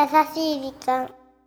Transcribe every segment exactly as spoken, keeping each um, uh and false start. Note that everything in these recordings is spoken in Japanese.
しい時間。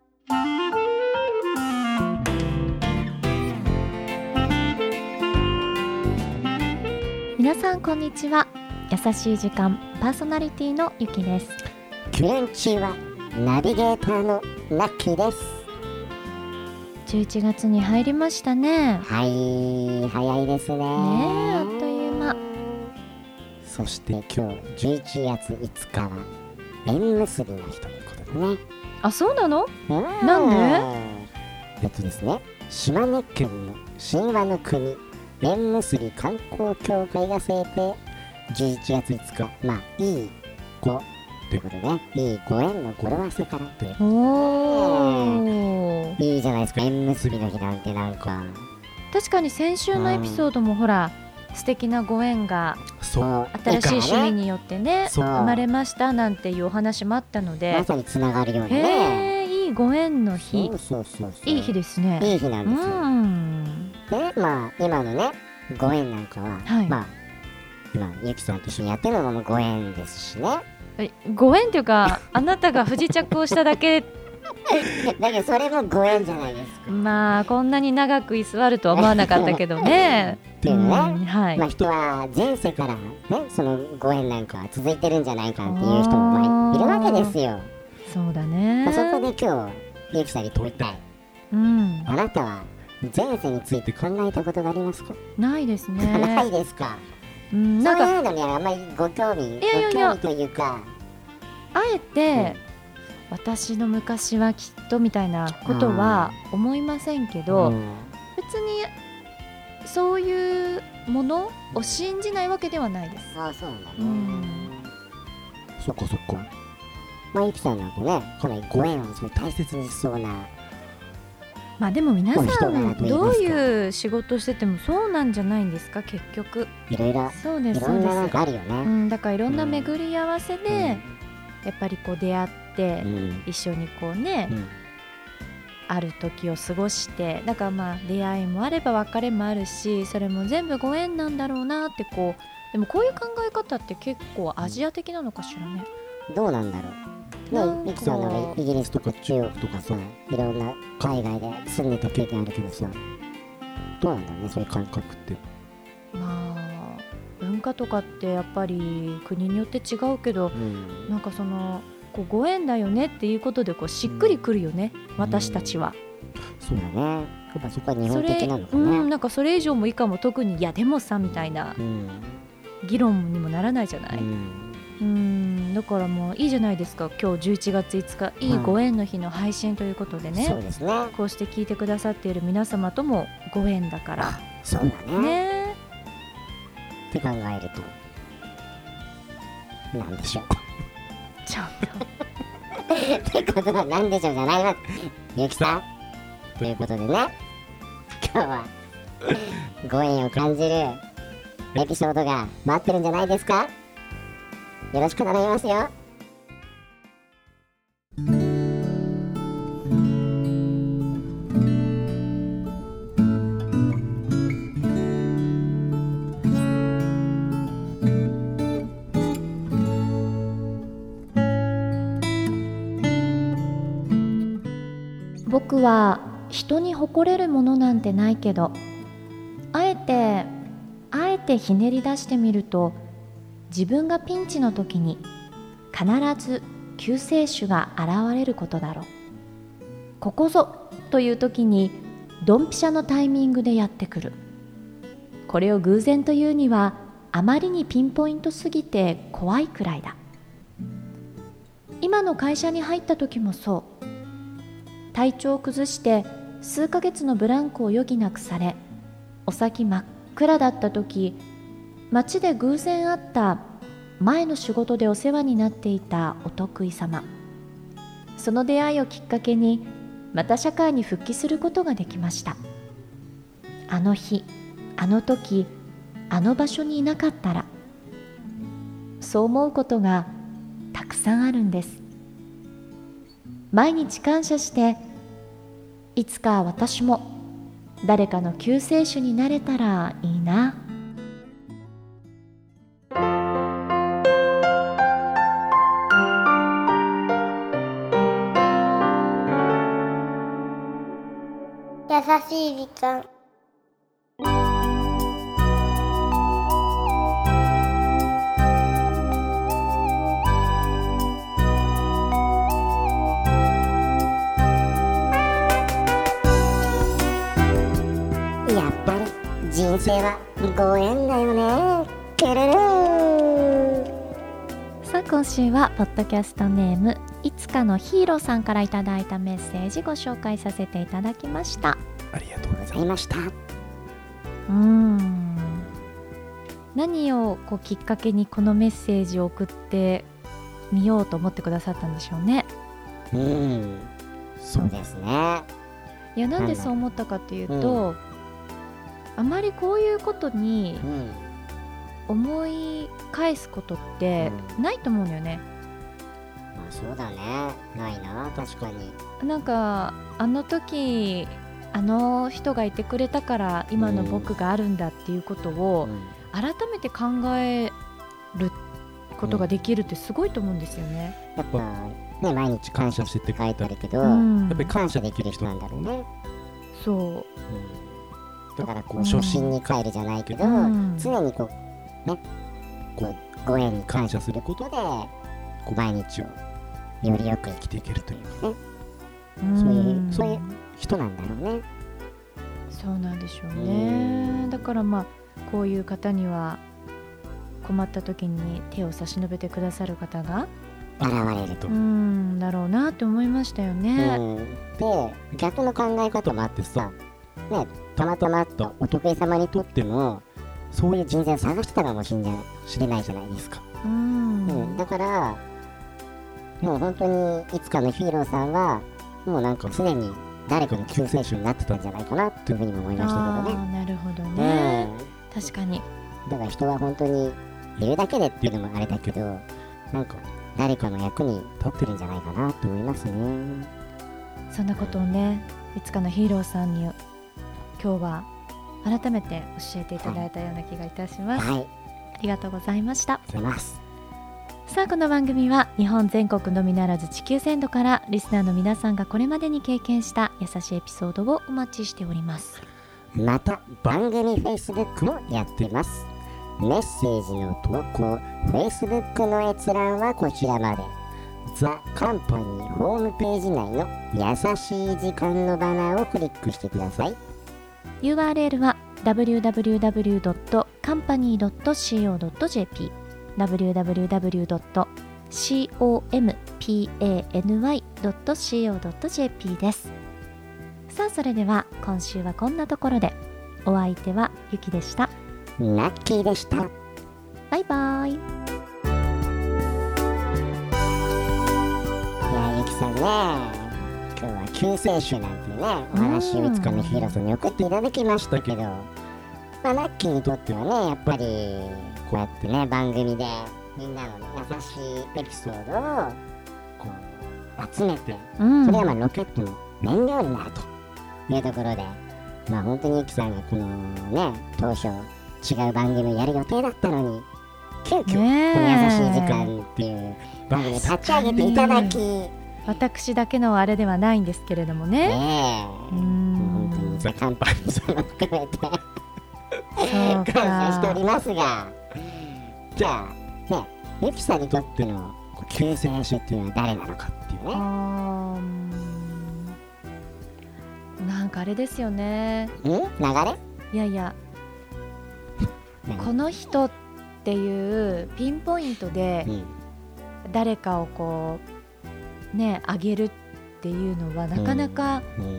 皆さんこんにちは。優しい時間パーソナリティのゆきです。 キュレンチーはナビゲーターのラッキーです。 じゅういちがつに入りましたね。 はい早いですね。ねえあっという間。 そして今日じゅういちがついつかは縁結びの日ということでね。 あ、そうなの？ うんなんで？ えっとですね、島根県の神話の国縁結び観光協会が制定、じゅういちがついつか、まあいいごということでね、いいご縁の語呂合わせからという。 おー、 いいじゃないですか、縁結びの日なんて。なんか確かに先週のエピソードもほら、素敵なご縁がそう新しい趣味によってねそう生まれましたなんていうお話もあったので、 まさにつながるようなね。 へー、いいご縁の日。 そうそうそうそう、 いい日ですね。 いい日なんですよ。 うんでまあ今のねご縁なんかは、 はい、 まあ今ゆきさんと一緒にやってるのもご縁ですしね。 えご縁っていうかあなたが不時着をしただけだけどそれもご縁じゃないですか。 まあこんなに長く居座るとは思わなかったけどねっていうね、 うんはい、 まあ、人は前世からねそのご縁なんかは続いてるんじゃないかっていう人もまあいるわけですよ。 そうだね、 まあ、そこで今日ゆきさんに問いたい、 うん、 あなたは前世について考えたことがありますか？ ないですねないですか？ うん、なんかそういうのにはあんまりご興味、 いやいやいやご興味というか、 あえて、うん、私の昔はきっとみたいなことは思いませんけど、 うん、 別にそういうものを信じないわけではないです。 ああそうなんだね、 うん、 そっかそっか。まあゆきさんなんかねかなりご縁をすごい大切にしそうな。 まあでも皆さ人柄んと言いますかどういう仕事しててもそうなんじゃないんですか、結局。 いろいろそうですいろんななんかあるよね。 うん、だからいろんな巡り合わせで、 うん、 やっぱりこう出会って、 うん、 一緒にこうね、 うん、 ある時を過ごして、だからまあ出会いもあれば別れもあるし、それも全部ご縁なんだろうなってこう。でもこういう考え方って結構アジア的なのかしらね。 どうなんだろうなんかね。ゆきさんなんかイギリスとか中国とかさ、いろんな海外で住んでた経験あるけどさ、どうなんだろうねそういう感覚って。 まあ文化とかってやっぱり国によって違うけど、 うん、 なんかそのこうご縁だよねっていうことでこうしっくりくるよね、うん、私たちは。 そうだね。やっぱそこは日本的なのかね。 うん、なんかそれ以上も以下も特にいやでもさみたいな議論にもならないじゃない。うん、うんだからもういいじゃないですか。今日じゅういちがついつかいいご縁の日の配信ということでね、 そうですね。 こうして聞いてくださっている皆様ともご縁だから。 そうだね。 ねって考えるとなんでしょうちょっとってことはなんでしょうじゃないわゆきさんということでね、今日はご縁を感じるエピソードが待ってるんじゃないですか。よろしく頼みますよ。 僕は人に誇れるものなんてないけど、あえてあえてひねり出してみると、自分がピンチの時に必ず救世主が現れることだろう。ここぞという時にドンピシャのタイミングでやってくる。これを偶然というにはあまりにピンポイントすぎて怖いくらいだ。今の会社に入った時もそう。体調を崩して数ヶ月のブランクを余儀なくされ、お先真っ暗だった時、街で偶然会った前の仕事でお世話になっていたお得意様、その出会いをきっかけにまた社会に復帰することができました。あの日、あの時、あの場所にいなかったら、そう思うことがたくさんあるんです。毎日感謝して、いつか私も誰かの救世主になれたらいいな。 しい時間。やっぱり人生はご縁だよね。キュルルー。 さあ今週はポッドキャストネームいつかのヒーローさんからいただいたメッセージご紹介させていただきました。 ありがとうございました。 うーん何をこうきっかけにこのメッセージを送ってみようと思ってくださったんでしょうね。 うん、そうですね。 いやなんでそう思ったかというと、うん、あまりこういうことに思い返すことってないと思うんだよね。 うん、まあそうだね。ないな、確かに。 なんかあの時あの人がいてくれたから今の僕があるんだっていうことを改めて考えることができるってすごいと思うんですよね。 やっぱね、毎日感謝してって書いてあるけど、うん、やっぱり感謝できる人なんだろうね。 そう、うん、 だからこう初心に帰るじゃないけど、うん、常にこうね、こうご縁に感謝することでこう毎日をよりよく生きていけるというかね、うん、そういうそういう人なんだろうね。 そうなんでしょうね。だからまあこういう方には困った時に手を差し伸べてくださる方が現れると、 うんだろうなって思いましたよね。 うんで逆の考え方もあってさ、ね、たまたまとお得意様にとってもそういう人材を探してたかもしれないじゃないですか。うん、うん、だからもう本当にいつかのヒーローさんはもうなんか常に誰かの救世主になってたんじゃないかなというふうにも思いましたけどね。 あなるほどね、うん、確かに。 だから人は本当にいるだけでっていうのもあれだけどなんか誰かの役に立ってるんじゃないかなと思いますね。 そんなことをねいつかのヒーローさんに今日は改めて教えていただいたような気がいたします、はい、ありがとうございました。 ありがとうございます。 さあこの番組は日本全国のみならず地球全土からリスナーの皆さんがこれまでに経験した優しいエピソードをお待ちしております。 また番組 Facebook もやっています。メッセージの投稿 Facebook の閲覧はこちらまで。ザ・カンパニーホームページ内の優しい時間のバナーをクリックしてください。 ユーアールエル は ダブリューダブリューダブリュードットカンパニードットシーオードットジェーピー ダブリューダブリューダブリュードットカンパニードットシーオードットジェーピー です。さあそれでは今週はこんなところで。お相手はゆきでした。 ラッキーでした。 バイバイ。いやゆきさんね、今日は救世主なんてねお話をいつかのヒーローさんに送っていただきましたけど、まあ、ラッキーにとってはねやっぱりこうやってね番組でみんなの、ね、優しいエピソードをこう集めて、うん、それがまあロケットの燃料になるというところで、まあ本当にゆきさんがこのね当初違う番組をやる予定だったのに急遽この優しい時間っていう番組を立ち上げていただき、 私だけのあれではないんですけれどもね、 ねえ本当にザ・カンパニーさんも含めて感謝しておりますが、じゃあねゆきさんにとっての救世主っていうのは誰なのかっていうね。あなんかあれですよね。 ん流れいやいやこの人っていうピンポイントで誰かをこうねあげるっていうのはなかなか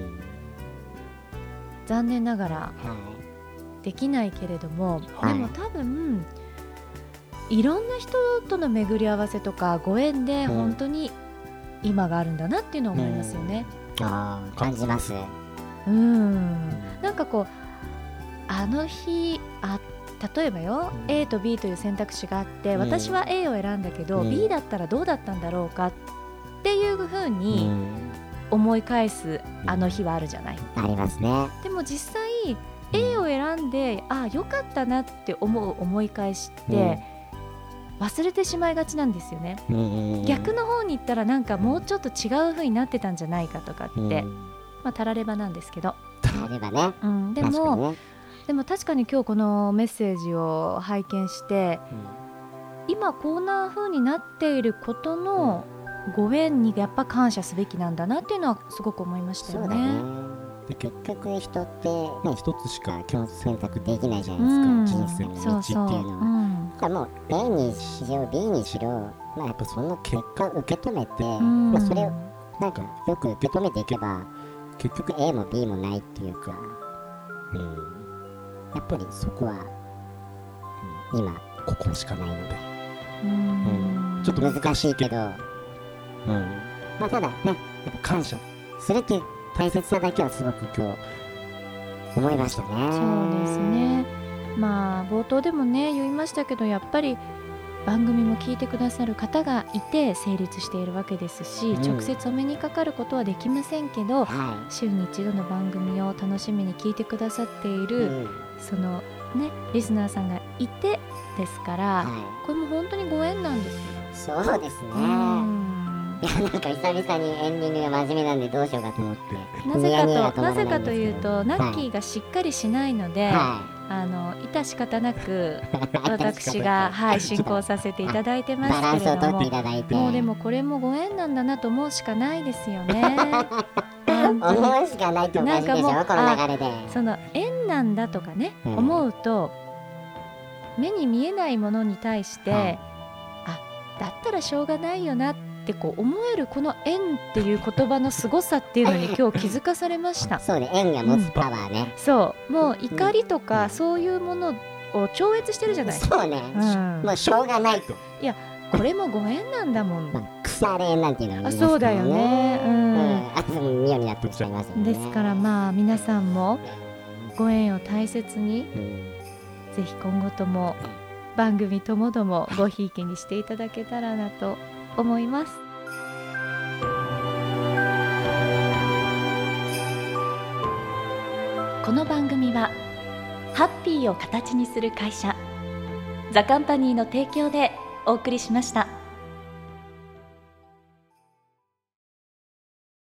残念ながらできないけれども、でも多分いろんな人との巡り合わせとかご縁で本当に今があるんだなっていうのを思いますよね。 ああ感じます。 うんなんかこうあの日あ例えばよ、うん、A と B という選択肢があって、うん、私は A を選んだけど、うん、B だったらどうだったんだろうかっていう風に思い返すあの日はあるじゃない、 うん、ありますね。 でも実際 A を選んであ良かったなって思う思い返しって、うん、忘れてしまいがちなんですよね、うん、逆の方に行ったらなんかもうちょっと違う風になってたんじゃないかとかって、うんまあ、たらればなんですけどたあればね、 うん、で確かにもね、 でも確かに今日このメッセージを拝見して今こんな風になっていることのご縁にやっぱ感謝すべきなんだなっていうのはすごく思いましたよね。 そうだね。で結局人ってね一つしか今日選択できないじゃないですか、人生の道っていうのは。 そうそう、うん、 だからもう A にしろ B にしろ、まあ、やっぱその結果を受け止めて、 うんまあ、それをなんかよく受け止めていけば結局 A も B もないっていうか、うん、やっぱりそこは、うん、今ここしかないので、 うんうん、ちょっと難しいけど、うんまあ、ただねやっぱ感謝するっていう大切さだけはすごく今日思いましたね。 そうですね。まあ冒頭でもね言いましたけどやっぱり番組も聞いてくださる方がいて成立しているわけですし、うん、直接お目にかかることはできませんけど、はい、週に一度の番組を楽しみに聞いてくださっている、うん、そのねリスナーさんがいてですから、はい、これも本当にご縁なんですよ。そうですね、うんいやなんか久々にエンディングが真面目なんでどうしようかと思ってなぜか と, ニヤニヤとなぜかというとナッキーがしっかりしないので、はい、あの致し方なく私が、はい、進行させていただいてますけれどももうでもこれもご縁なんだなと思うしかないですよね思うしかないっておかしいでしょこの流れで。 その縁なんだとかね、うん、思うと目に見えないものに対して、はい、あだったらしょうがないよなってってこう思えるこの縁っていう言葉の凄さっていうのに今日気づかされましたそうね縁が持つパワーね、 うん、そうもう怒りとかそういうものを超越してるじゃない。 そうね、うん、もうしょうがないと。 いやこれもご縁なんだもん、 まあ、腐れ縁なんていうのがありますからね。 あそうだよね、うんうん、 あともニヤニヤってしちゃいますよね。 ですからまあ皆さんもご縁を大切に、うん、ぜひ今後とも番組ともどもごひいきにしていただけたらなと思います。この番組はハッピーを形にする会社ザカンパニーの提供でお送りしました。